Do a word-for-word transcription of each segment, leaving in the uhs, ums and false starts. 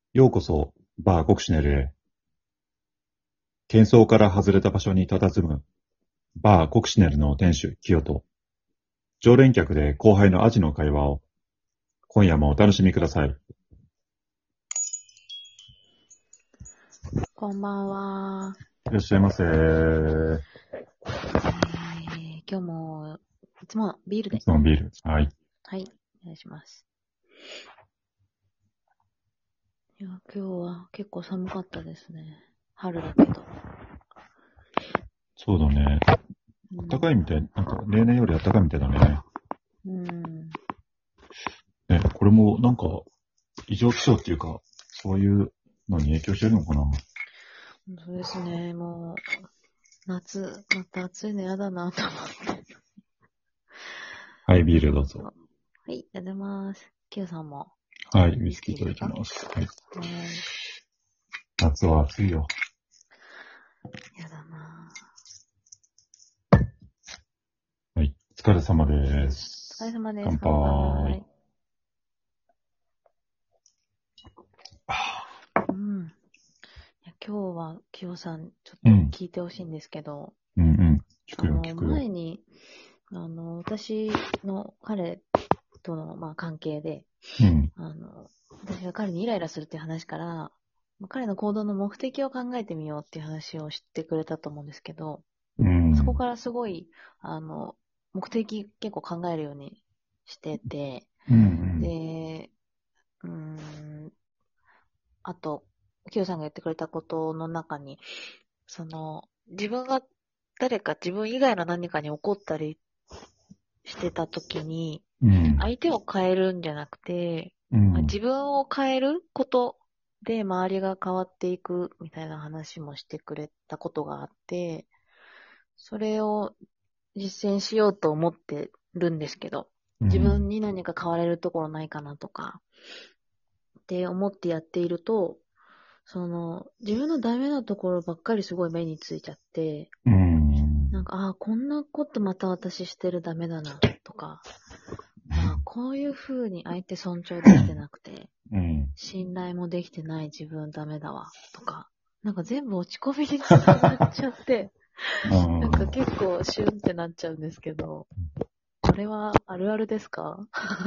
ようこそ、バーコクシネルへ。喧騒から外れた場所に佇む、バーコクシネルの店主、清と、常連客で後輩のアジの会話を、今夜もお楽しみください。 こんばんは。 いらっしゃいませ。 えー、今日も、いつものビールで。 いつもビール。はい。 はい、お願いします。いや、今日は結構寒かったですね。春だけど。 そうだね。 うん、 暖かいみたい、なんか例年より暖かいみたいだね。 うん。 ね、これもなんか異常気象っていうか、そういうのに影響してるのかな。 そうですね、もう、夏、また暑いの嫌だなと思って。 はい、ビールどうぞ。 はい、ありがとうございます。キヨさんも、 はい、ウイウイススキーいただキーですか？ きます。はい。 はい。 夏は暑いよ。 嫌だなはい。お疲れ様でお疲れす。 様です。 乾乾杯。 杯。うん。いや今日は、キヨさん、ちょっとうん。 聞いてほしいんですけど、 うんうん。聞くよ、聞あの、 くよ。 前に、あの、私の彼との、まあ、関係で、 うん。 あの、私が彼にイライラするっていう話から、まあ彼の行動の目的を考えてみようっていう話を知ってくれたと思うんですけど、 うん。 そこからすごい、あの、目的結構考えるようにしてて、 うん。 で、うーん、あと、キヨさんが言ってくれたことの中に、その、自分が誰か自分以外の何かに怒ったりしてた時に、 うん。 相手を変えるんじゃなくて、まあ、 うん。 自分を変えることで周りが変わっていくみたいな話もしてくれたことがあって、それを実践しようと思ってるんですけど、自分うん。 に何か変われるところないかなとか、って思ってやっていると、その、自分のダメなところばっかりすごい目についちゃって、 うん。 なんか、ああ、こんなことまた私してるダメだな、とか、ああ、こういう風に相手尊重できてなくて、 うん。 信頼もできてない自分ダメだわ、とか、なんか全部落ち込みにつながっちゃって、なんか結構シュンってなっちゃうんですけど、これはあるあるですか？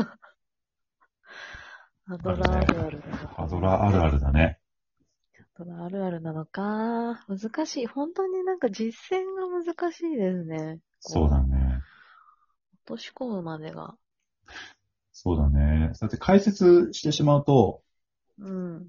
アドラーあるね。 あるあるなのかハドな？ ラーあるあるだね。 アドラーあるあるなのか難しい。本当になんか実践が難しいですね。 そうだこう、 ね。 落とし込むまでが。 そうだね。だって解説してしまうと、 うん。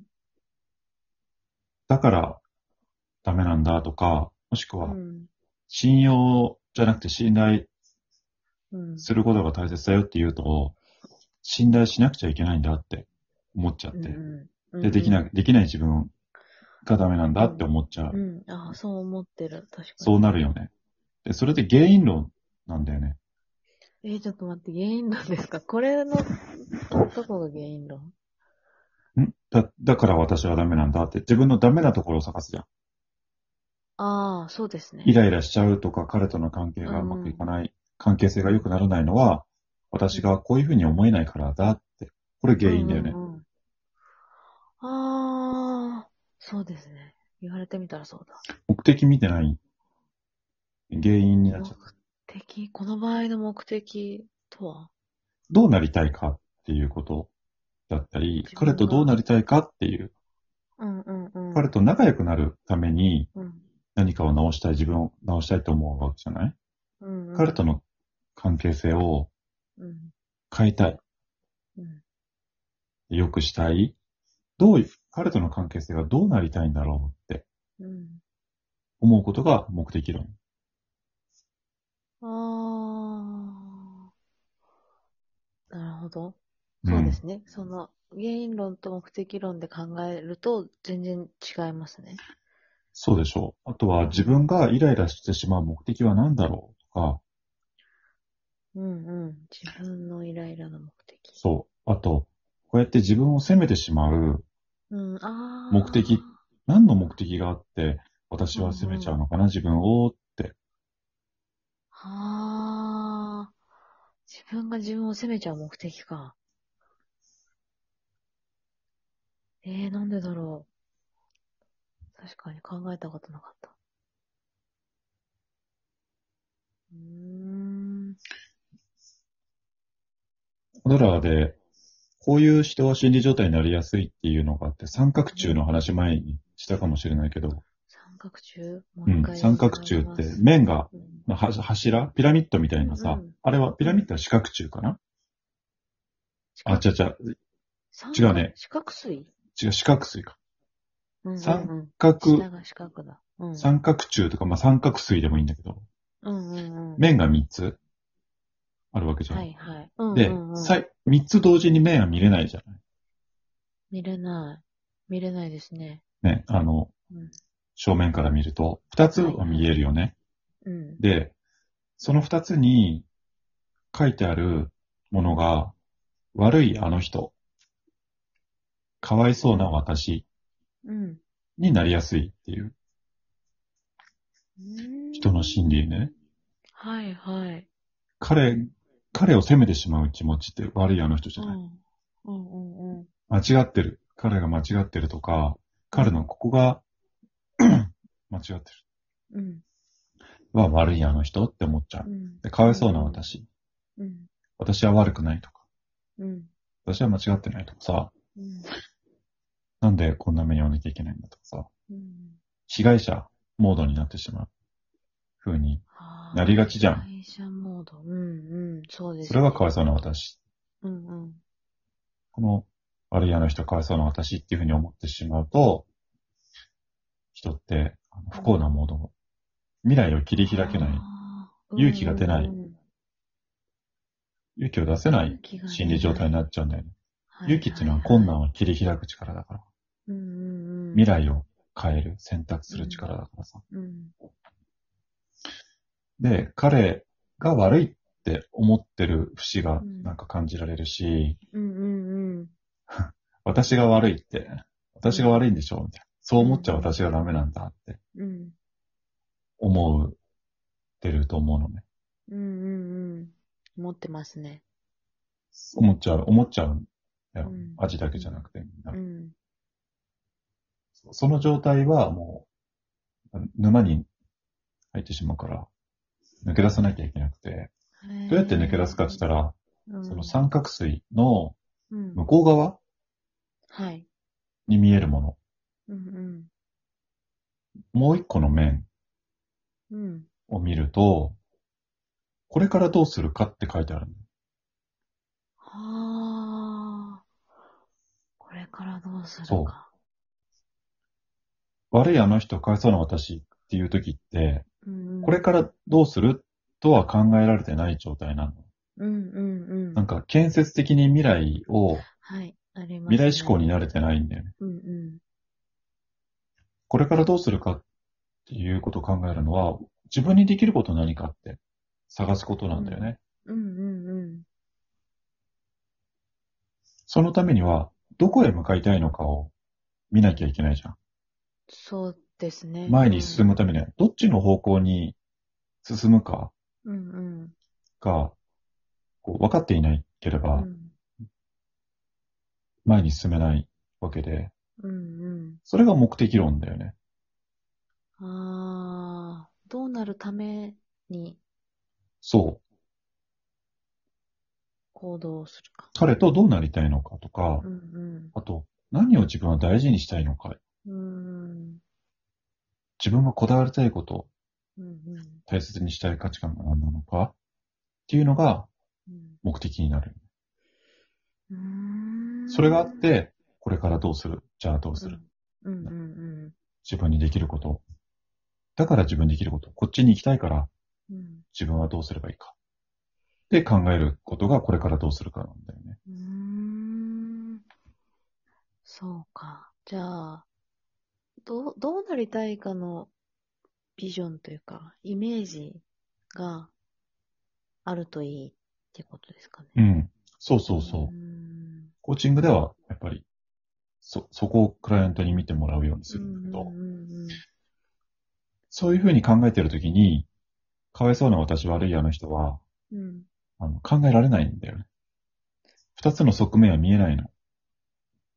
だからダメなんだとか、もしくはうん。 信用じゃなくて信頼うん。 することが大切だよって言うと、信頼しなくちゃいけないんだって思っちゃっうん。 て。 うん。うで、できなん。 い、できない自分がダメなんだってうん。 思っちゃう。 うん。ああ、そう思ってる。確かそうに。 なるよね。で、それで原因論なんだよね。 えー、ちょっと待って、原因論ですか？これの、ど、どこが原因論？ んだ、だから私はダメなんだって自分のダメなところを探すじゃん。 ああ、そうですね。 イライラしちゃうとか、彼との関係うがうまくいん。 かない、関係性が良くならないのは、私がうん。 こういうふうに思えないからだって。これう原因だよね。 ん。うん。ああ、そうですね。言われてみたらそうだ。 目的見てない原因になっちゃ目った。 的、この場合の目的とは、 どうなりたいかっていうことだったり、 自彼とどう分が、 なりたいかっていう、 うんうんうん。 彼と仲良くなるためにうん。 何かを直したい、自分を直したいと思うわけじゃない。 うんうん。 彼との関係性をうん。 変えたい、 うん。 良くしたい、どういう、彼との関係性がどうなりたいんだろうってうん。 思うことが目的論。 ああ、なるほど。 うん。 そうですね。その、原因論と目的論で考えると全然違いますね。 そうでしょう。あとは自分うん。 がイライラしてしまう目的は何だろうとか、 うんうん。自分のイライラの目的。 そう。あと、こうやって自分を責めてしまううん。 目的、 あ何の目的があってあ。う私は責めちんうん。 ゃうのかな、自分をって。 はあ。自分が自分を責めちゃう目的か。 えー、なんでだろう。確かに考えたことなかった。うーん。 ドラーで、こういう人は心理状態になりやすいっていうのがあって、三角うん、 柱の話前にしたかもしれないけど、 三角柱もううん、 一回三角お願い柱ってします。 面が、 うん。 まあは柱ピラミッドみたういなさ、 んうん。 あれは、ピうん。 ラミッドは四角柱かな。あ、 四角、 違う違う、違三角、 うね。 四角錐。 違う、四角錐か。 うんうん三うん。 角、 下が四角だ。うん。 三角柱とか、まあ、三角錐でもいいんだけど、 うんうんうん。 面が三つあるわけじゃん。 はいはい。うんうで、 んうん。 さい三つ同時に面は見れないじゃない。 見れない。見れないですね。 ね、あの、 うん。 正面から見ると、二つは見はいはい。 えるよね。 うん。 で、その二つに書いてあるものが、悪いあの人、かわいそうな私うん。 になりやすいっていううー人の心理ん。 ね。 はいはい。 彼、彼を責めてしまう気持ちって悪いあの人じゃない。 うん。うんうんうん。 間違ってる。彼が間違ってるとか、彼のここが間違ってる。 うん。 は悪いあの人って思っちゃう。 うん。 で、かわいそうなうん私。 うん。 私は悪くないとか。 うん。 私は間違ってないとかさ。 うん。 なんでこんな目に遭わなきゃいけないんだとかさ。 うん。 被害者モードになってしまう風になああ、被りがちじゃん。 害者モード。うんうん。そうでそすね。 れがかわいそうな私。 うんうん。 この悪いあの人かわいそうな私っていうふうに思ってしまうと、人ってあの不幸なモード、未来を切り開けない、 ああ、うん勇気が出ない、 うんうん。 勇気を出せない勇気が心出ない。 理状態になっちゃうんだよね。 はい勇気っていうはいはい。 のは困難を切り開く力だから。 うんうんうん。 未来を変える、選択するうん力だからさ。 うん。 で、彼が悪いって思ってる節がうんなんか感じられるし、 うんうんうん。 私が悪いって、私が悪いんでしょみたいな。そううん思っちゃ私がダメなんだってうん。 思ってると思うのね。 うんうんうん。持ってますね。 思っちゃう、思っちゃうんだよ。 うん味だけじゃなくてみんな。 うんその状態はもう沼に入ってしまうから、抜け出さなきゃいけなくて、 うん。 どうやって抜け出すかへえ。 って言ったら、そのうん。 三角錐のうん。 向こう側はい。 に見えるもの、 うんもう一個の面うん。うん。 を見ると、これからどうするかって書いてあるの。 はあ。これからどうするそか。 う。悪いあの人、かわいそうな私っていう時って、 うんうん。 これからどうするとは考えられてない状態なの。 うんうんうん。 なんか建設的に未来を、 はい。ありま未来志向すね。 に慣れてないんだよね。 うんうん。 これからどうするかっていうことを考えるのは、自分にできること何かって探すことなんだよね。 うんうんうん。 そのためには、どこへ向かいたいのかを見なきゃいけないじゃん。 そうですね。 前にうん。 進むためには、どっちの方向に進むかうんが、こう分かっていなけれうん。うば、 ん。 前に進めないわけで、 うんそれが目的論だよね。 うん。ああ、どうなるためにそう。 行動するか。 彼とどうなりたいのかとか、 うんあと、何を自分は大事にしたいのか、 うん。うん。 自分がこだわりたいこと、 うんうん。 大切にしたい価値観が何なのかっていうのがうん目的になる。 うーん。 それがあって、これからどうするじゃあどうする、 うんうんうん自分にできること。だから自分にできること。こっちに行きたいからうん。 自分はどうすればいいか。で考えることがこれからどうするかなんだよね。 うーん。そうか。じゃあ、どう、どうなりたいかのビジョンというか、イメージがあるといいってことですかね。 うん。そううーそうそう。 ん。 コーチングではやっぱりそ、そこをクライアントに見てもらうようにすうんうるんだけど、 んそういうふうに考えてるときに、かわいそうな私悪いあの人は、 うんうん。うん。 あの考えられないんだよね。二つの側面は見えないの。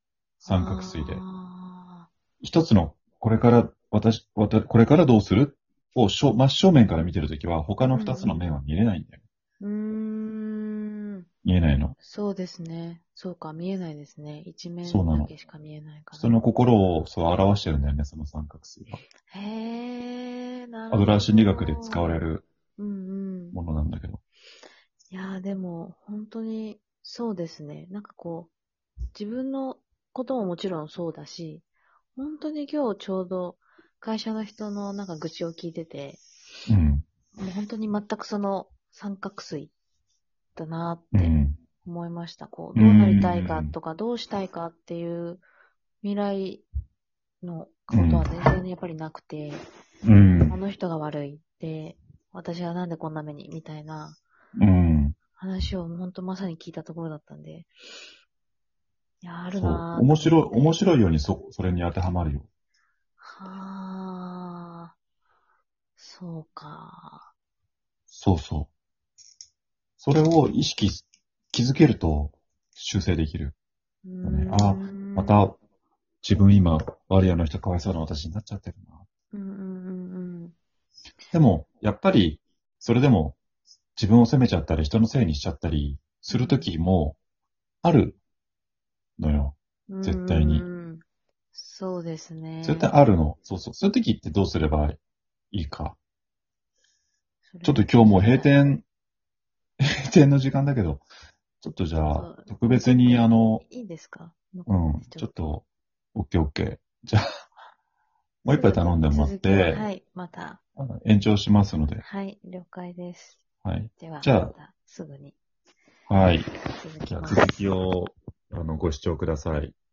三角錐で。 あ一つの、これから、私、わたこれからどうするを正真正面から見てるときは、他の二つの面は見れないんだよね。 ーうーん。 見えないの。 そうですね。そうか、見えないですね。一面そうなの。 だけしか見えないから。 人の心をそう表してるんだよね、その三角錐が。 へー、なるアほど。 ドラー心理学で使われるうんうん。 ものなんだけど。 いやーでも、本当に、そうですね。なんかこう、自分のことももちろんそうだし、本当に今日ちょうど会社の人のなんか愚痴を聞いてて、 うん。 もう本当に全くその三角錐だなってうん。 思いました。こう、 うどうなりたいかん。 とか、どうしたいかっていう未来のうんことは全然やっぱりなくて、 うんあの人が悪いで、私はなんでこんな目にみたいなうん話を本当まさに聞いたところだったんで、いや、あるそう。 なぁと面白い、 思って。 面白いようにそ、それに当てはまるよ。 はあ、そうか。 そうそう。それを意識す、気づけると修正できるうよね。 ーああ、まん。 た自分今、ワリアの人かわいそうな私になっちゃってるな。 うんうんうんうん。 でも、やっぱり、それでも自分を責めちゃったり、人のせいにしちゃったりするときもあるのよ。 うん絶対に。 うん。そうです絶対ね。 あるの。そうそう。そういうときってどうすればいいか。 それちょっと今日もう聞きたい。 閉店、閉店の時間だけど、ちょっとじゃあ、 そう。 特別にあの、 いいですかう残ってん、 ちょっと。 ちょっと、オッケーオッケー。じゃあ、もう一杯すぐに頼んでもらっ続きを、 て、 はい、また。 あの延長しますので、 はい、了解です。 はい。 では、 じゃまたすぐにあ、はい。 続きじゃあます。 続きを、あの、ご視聴ください。